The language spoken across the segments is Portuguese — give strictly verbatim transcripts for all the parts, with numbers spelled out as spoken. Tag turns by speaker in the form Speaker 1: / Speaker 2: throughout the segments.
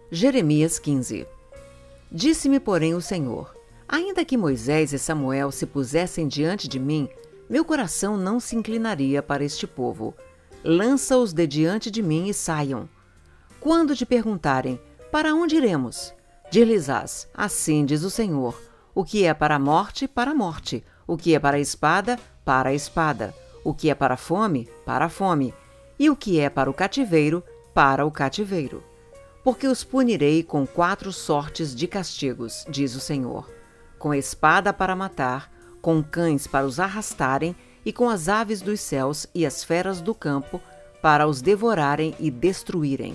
Speaker 1: Jeremias quinze. Disse-me, porém, o Senhor: ainda que Moisés e Samuel se pusessem diante de mim, meu coração não se inclinaria para este povo. Lança-os de diante de mim e saiam. Quando te perguntarem: para onde iremos? Dir-lhes-ás: assim diz o Senhor: o que é para a morte, para a morte; o que é para a espada, para a espada; o que é para a fome, para a fome; e o que é para o cativeiro, para o cativeiro. Porque os punirei com quatro sortes de castigos, diz o Senhor: com a espada para matar, com cães para os arrastarem, e com as aves dos céus e as feras do campo para os devorarem e destruírem.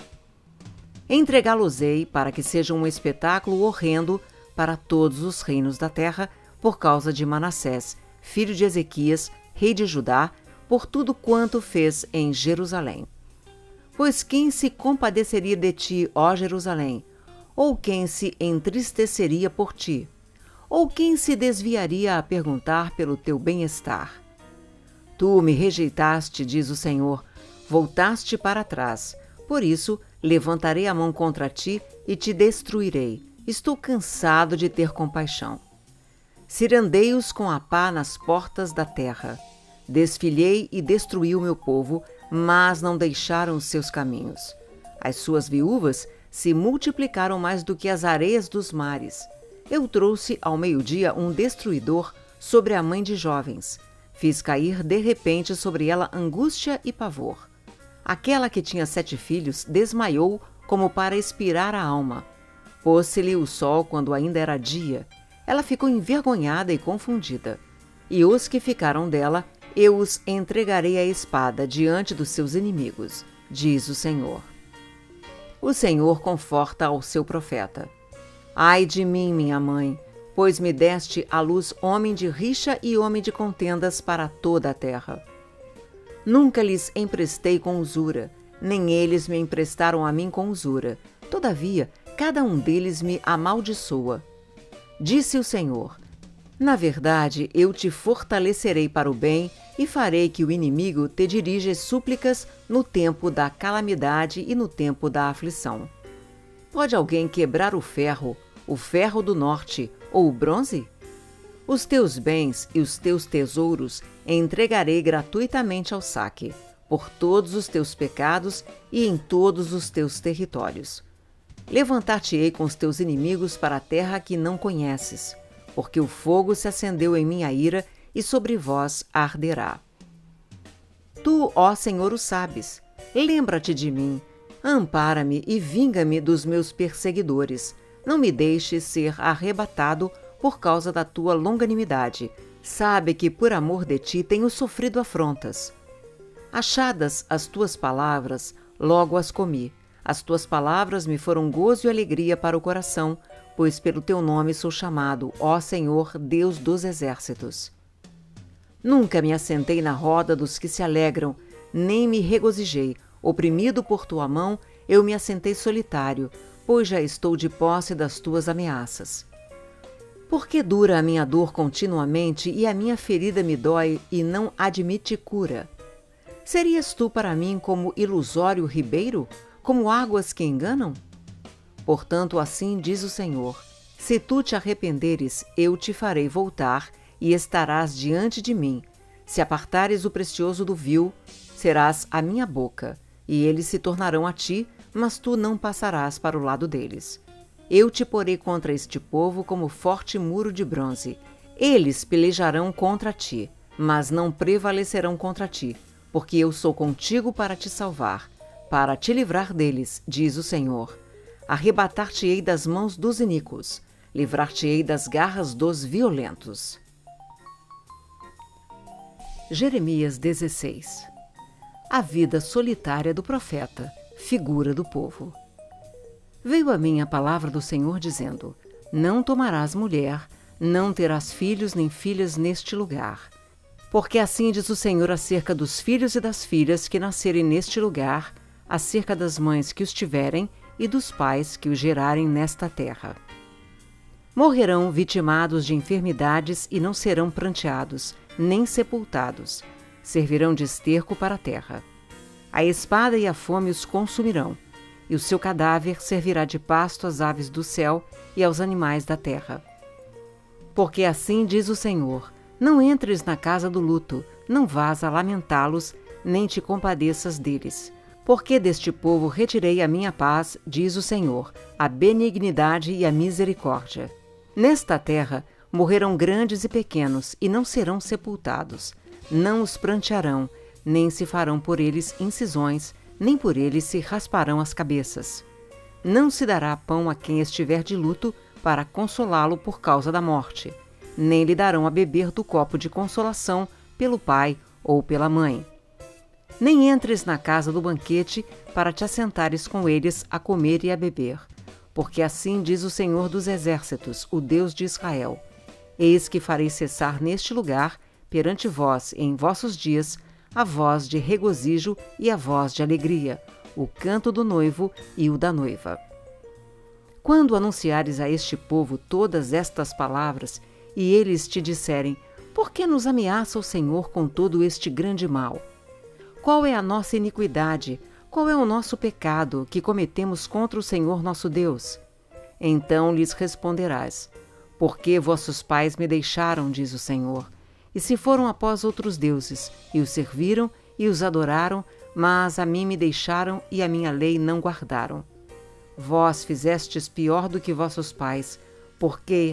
Speaker 1: Entregá-los-ei para que sejam um espetáculo horrendo para todos os reinos da terra, por causa de Manassés, filho de Ezequias, rei de Judá, por tudo quanto fez em Jerusalém. Pois quem se compadeceria de ti, ó Jerusalém? Ou quem se entristeceria por ti? Ou quem se desviaria a perguntar pelo teu bem-estar? Tu me rejeitaste, diz o Senhor, voltaste para trás. Por isso, levantarei a mão contra ti e te destruirei. Estou cansado de ter compaixão. Cirandei-os com a pá nas portas da terra. Desfilhei e destruí o meu povo, mas não deixaram os seus caminhos. As suas viúvas se multiplicaram mais do que as areias dos mares. Eu trouxe ao meio-dia um destruidor sobre a mãe de jovens. Fiz cair de repente sobre ela angústia e pavor. Aquela que tinha sete filhos desmaiou como para expirar a alma. Pôs-se-lhe o sol quando ainda era dia. Ela ficou envergonhada e confundida. E os que ficaram dela, eu os entregarei à espada diante dos seus inimigos, diz o Senhor. O Senhor conforta ao seu profeta. Ai de mim, minha mãe, pois me deste à luz homem de rixa e homem de contendas para toda a terra. Nunca lhes emprestei com usura, nem eles me emprestaram a mim com usura. Todavia, cada um deles me amaldiçoa. Disse o Senhor: na verdade, eu te fortalecerei para o bem e farei que o inimigo te dirija súplicas no tempo da calamidade e no tempo da aflição. Pode alguém quebrar o ferro, o ferro do norte ou o bronze? Os teus bens e os teus tesouros entregarei gratuitamente ao saque, por todos os teus pecados e em todos os teus territórios. Levantar-te-ei com os teus inimigos para a terra que não conheces, porque o fogo se acendeu em minha ira e sobre vós arderá. Tu, ó Senhor, o sabes. Lembra-te de mim. Ampara-me e vinga-me dos meus perseguidores. Não me deixes ser arrebatado por causa da tua longanimidade. Sabe que por amor de ti tenho sofrido afrontas. Achadas as tuas palavras, logo as comi. As tuas palavras me foram gozo e alegria para o coração, pois pelo teu nome sou chamado, ó Senhor, Deus dos exércitos. Nunca me assentei na roda dos que se alegram, nem me regozijei. Oprimido por tua mão, eu me assentei solitário, pois já estou de posse das tuas ameaças. Por que dura a minha dor continuamente e a minha ferida me dói e não admite cura? Serias tu para mim como ilusório ribeiro, como águas que enganam? Portanto, assim diz o Senhor: se tu te arrependeres, eu te farei voltar e estarás diante de mim. Se apartares o precioso do vil, serás a minha boca, e eles se tornarão a ti, mas tu não passarás para o lado deles. Eu te porei contra este povo como forte muro de bronze. Eles pelejarão contra ti, mas não prevalecerão contra ti, porque eu sou contigo para te salvar, para te livrar deles, diz o Senhor. Arrebatar-te-ei das mãos dos iníquos, livrar-te-ei das garras dos violentos. Jeremias dezesseis. A vida solitária do profeta, figura do povo. Veio a mim a palavra do Senhor dizendo: não tomarás mulher, não terás filhos nem filhas neste lugar. Porque assim diz o Senhor acerca dos filhos e das filhas que nascerem neste lugar, acerca das mães que os tiverem e dos pais que os gerarem nesta terra. Morrerão vitimados de enfermidades e não serão pranteados, nem sepultados. Servirão de esterco para a terra. A espada e a fome os consumirão. e o seu cadáver servirá de pasto às aves do céu e aos animais da terra. Porque assim diz o Senhor: não entres na casa do luto, não vás a lamentá-los, nem te compadeças deles. Porque deste povo retirei a minha paz, diz o Senhor, a benignidade e a misericórdia. Nesta terra morrerão grandes e pequenos, e não serão sepultados. Não os prantearão, nem se farão por eles incisões, nem por eles se rasparão as cabeças. Não se dará pão a quem estiver de luto para consolá-lo por causa da morte, nem lhe darão a beber do copo de consolação pelo pai ou pela mãe. Nem entres na casa do banquete para te assentares com eles a comer e a beber, porque assim diz o Senhor dos Exércitos, o Deus de Israel: eis que farei cessar neste lugar, perante vós em vossos dias, a voz de regozijo e a voz de alegria, o canto do noivo e o da noiva. Quando anunciares a este povo todas estas palavras, e eles te disserem: por que nos ameaça o Senhor com todo este grande mal? Qual é a nossa iniquidade? Qual é o nosso pecado que cometemos contra o Senhor nosso Deus? Então lhes responderás: porque vossos pais me deixaram, diz o Senhor, e se foram após outros deuses, e os serviram e os adoraram, mas a mim me deixaram e a minha lei não guardaram. Vós fizestes pior do que vossos pais, porque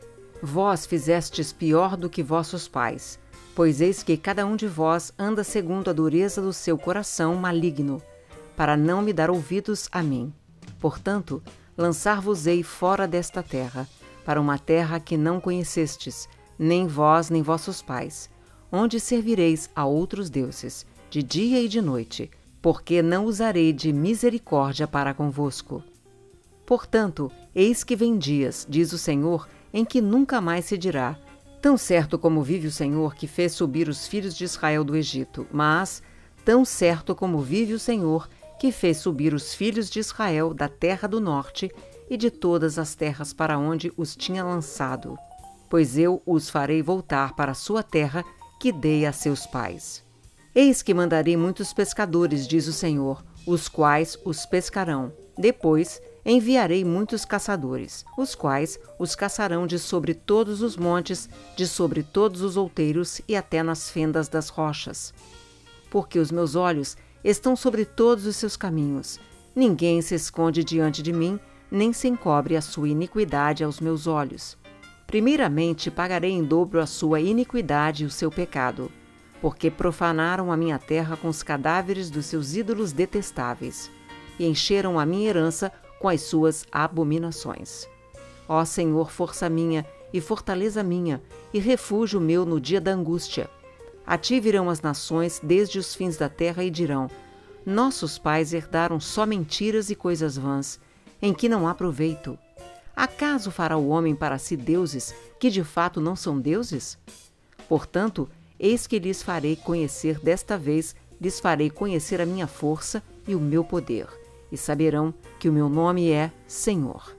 Speaker 1: vós fizestes pior do que vossos pais, pois eis que cada um de vós anda segundo a dureza do seu coração maligno, para não me dar ouvidos a mim. Portanto, lançar-vos-ei fora desta terra, para uma terra que não conhecestes, nem vós nem vossos pais, onde servireis a outros deuses, de dia e de noite, porque não usarei de misericórdia para convosco. Portanto, eis que vem dias, diz o Senhor, em que nunca mais se dirá: tão certo como vive o Senhor que fez subir os filhos de Israel do Egito, mas, tão certo como vive o Senhor que fez subir os filhos de Israel da terra do norte e de todas as terras para onde os tinha lançado. Pois eu os farei voltar para a sua terra que dei a seus pais. Eis que mandarei muitos pescadores, diz o Senhor, os quais os pescarão. Depois enviarei muitos caçadores, os quais os caçarão de sobre todos os montes, de sobre todos os outeiros e até nas fendas das rochas. Porque os meus olhos estão sobre todos os seus caminhos. Ninguém se esconde diante de mim, nem se encobre a sua iniquidade aos meus olhos. Primeiramente pagarei em dobro a sua iniquidade e o seu pecado, porque profanaram a minha terra com os cadáveres dos seus ídolos detestáveis, e encheram a minha herança com as suas abominações. Ó Senhor, força minha e fortaleza minha, e refúgio meu no dia da angústia. A ti virão as nações desde os fins da terra e dirão: nossos pais herdaram só mentiras e coisas vãs, em que não há proveito. Acaso fará o homem para si deuses, que de fato não são deuses? Portanto, eis que lhes farei conhecer desta vez, lhes farei conhecer a minha força e o meu poder, e saberão que o meu nome é Senhor.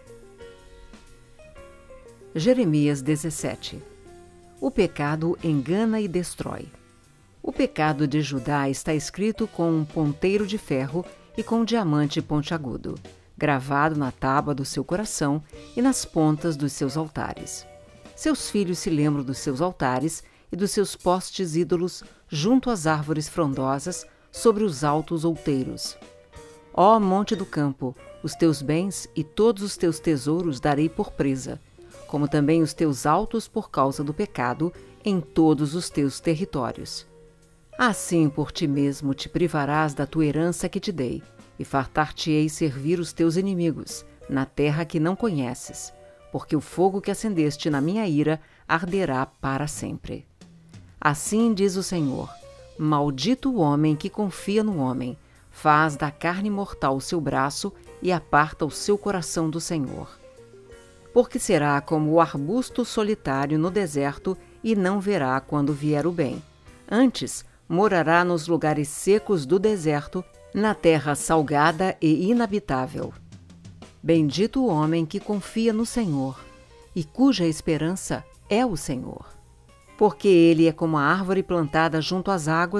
Speaker 1: Jeremias dezessete. O pecado engana e destrói. O pecado de Judá está escrito com um ponteiro de ferro e com um diamante pontiagudo, gravado na tábua do seu coração e nas pontas dos seus altares. Seus filhos se lembram dos seus altares e dos seus postes ídolos junto às árvores frondosas sobre os altos outeiros. Ó monte do campo, os teus bens e todos os teus tesouros darei por presa, como também os teus altos por causa do pecado em todos os teus territórios. Assim por ti mesmo te privarás da tua herança que te dei, e fartar-te-ei servir os teus inimigos, na terra que não conheces, porque o fogo que acendeste na minha ira arderá para sempre. Assim diz o Senhor: maldito o homem que confia no homem, faz da carne mortal o seu braço e aparta o seu coração do Senhor. Porque será como o arbusto solitário no deserto e não verá quando vier o bem. Antes, morará nos lugares secos do deserto, na terra salgada e inabitável. Bendito o homem que confia no Senhor, e cuja esperança é o Senhor. Porque ele é como a árvore plantada junto às águas,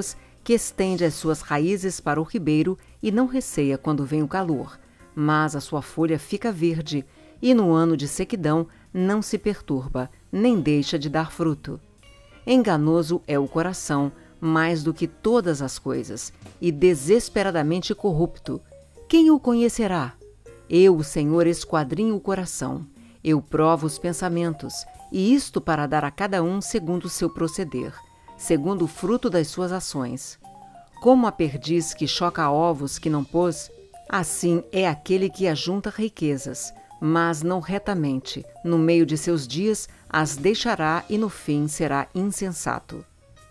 Speaker 1: que estende as suas raízes para o ribeiro e não receia quando vem o calor, mas a sua folha fica verde, e no ano de sequidão não se perturba, nem deixa de dar fruto. Enganoso é o coração, mais do que todas as coisas, e desesperadamente corrupto. Quem o conhecerá? Eu, o Senhor, esquadrinho o coração. Eu provo os pensamentos, e isto para dar a cada um segundo o seu proceder, segundo o fruto das suas ações. Como a perdiz que choca ovos que não pôs, assim é aquele que ajunta riquezas, mas não retamente, no meio de seus dias as deixará e no fim será insensato.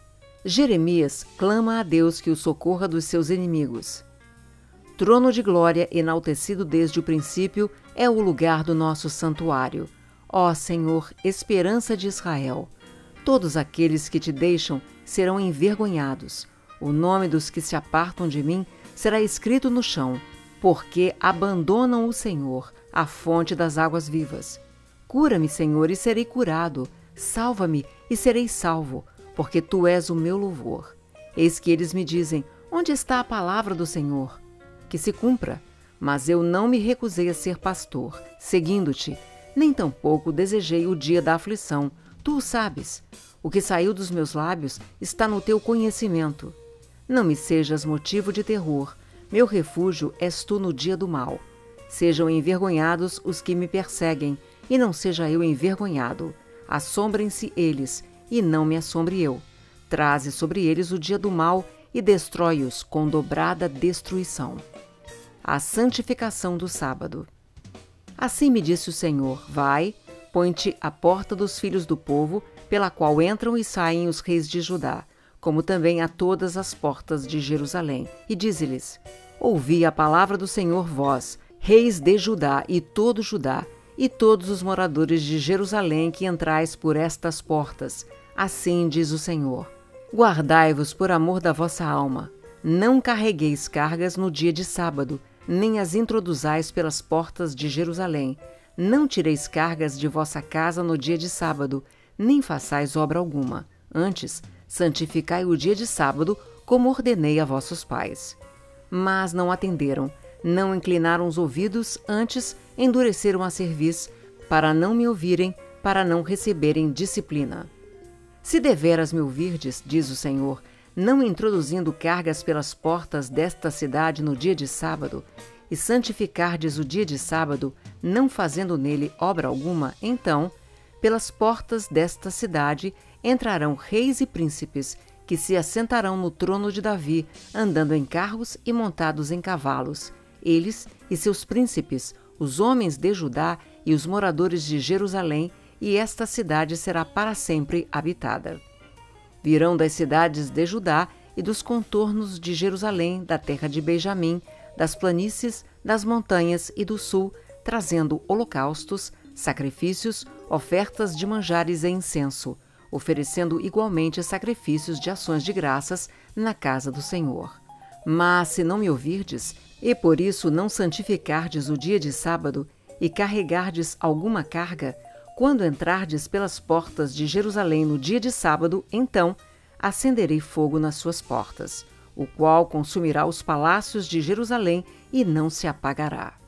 Speaker 1: Jeremias clama a Deus que o socorra dos seus inimigos. Trono de glória, enaltecido desde o princípio, é o lugar do nosso santuário. Ó Senhor, esperança de Israel! Todos aqueles que te deixam serão envergonhados. O nome dos que se apartam de mim será escrito no chão, porque abandonam o Senhor, a fonte das águas vivas. Cura-me, Senhor, e serei curado. Salva-me e serei salvo, porque tu és o meu louvor. Eis que eles me dizem: onde está a palavra do Senhor? Que se cumpra. Mas eu não me recusei a ser pastor, seguindo-te, nem tampouco desejei o dia da aflição. Tu o sabes. O que saiu dos meus lábios está no teu conhecimento. Não me sejas motivo de terror. Meu refúgio és tu no dia do mal. Sejam envergonhados os que me perseguem, e não seja eu envergonhado. Assombrem-se eles, e não me assombre eu. Traze sobre eles o dia do mal, e destrói-os com dobrada destruição. A santificação do sábado. Assim me disse o Senhor: vai, põe-te à porta dos filhos do povo, pela qual entram e saem os reis de Judá, como também a todas as portas de Jerusalém, e dize-lhes: ouvi a palavra do Senhor, vós, reis de Judá e todo Judá, e todos os moradores de Jerusalém que entrais por estas portas. Assim diz o Senhor: guardai-vos por amor da vossa alma. Não carregueis cargas no dia de sábado, nem as introduzais pelas portas de Jerusalém. Não tireis cargas de vossa casa no dia de sábado, nem façais obra alguma. Antes, santificai o dia de sábado, como ordenei a vossos pais. Mas não atenderam, não inclinaram os ouvidos, antes endureceram a cerviz, para não me ouvirem, para não receberem disciplina. Se deveras me ouvirdes, diz o Senhor, não introduzindo cargas pelas portas desta cidade no dia de sábado, e santificardes o dia de sábado, não fazendo nele obra alguma, então, pelas portas desta cidade entrarão reis e príncipes, que se assentarão no trono de Davi, andando em carros e montados em cavalos, eles e seus príncipes, os homens de Judá e os moradores de Jerusalém, e esta cidade será para sempre habitada. Virão das cidades de Judá e dos contornos de Jerusalém, da terra de Benjamim, das planícies, das montanhas e do sul, trazendo holocaustos, sacrifícios, ofertas de manjares e incenso, oferecendo igualmente sacrifícios de ações de graças na casa do Senhor. Mas se não me ouvirdes, e por isso não santificardes o dia de sábado, e carregardes alguma carga, quando entrardes pelas portas de Jerusalém no dia de sábado, então acenderei fogo nas suas portas, o qual consumirá os palácios de Jerusalém e não se apagará.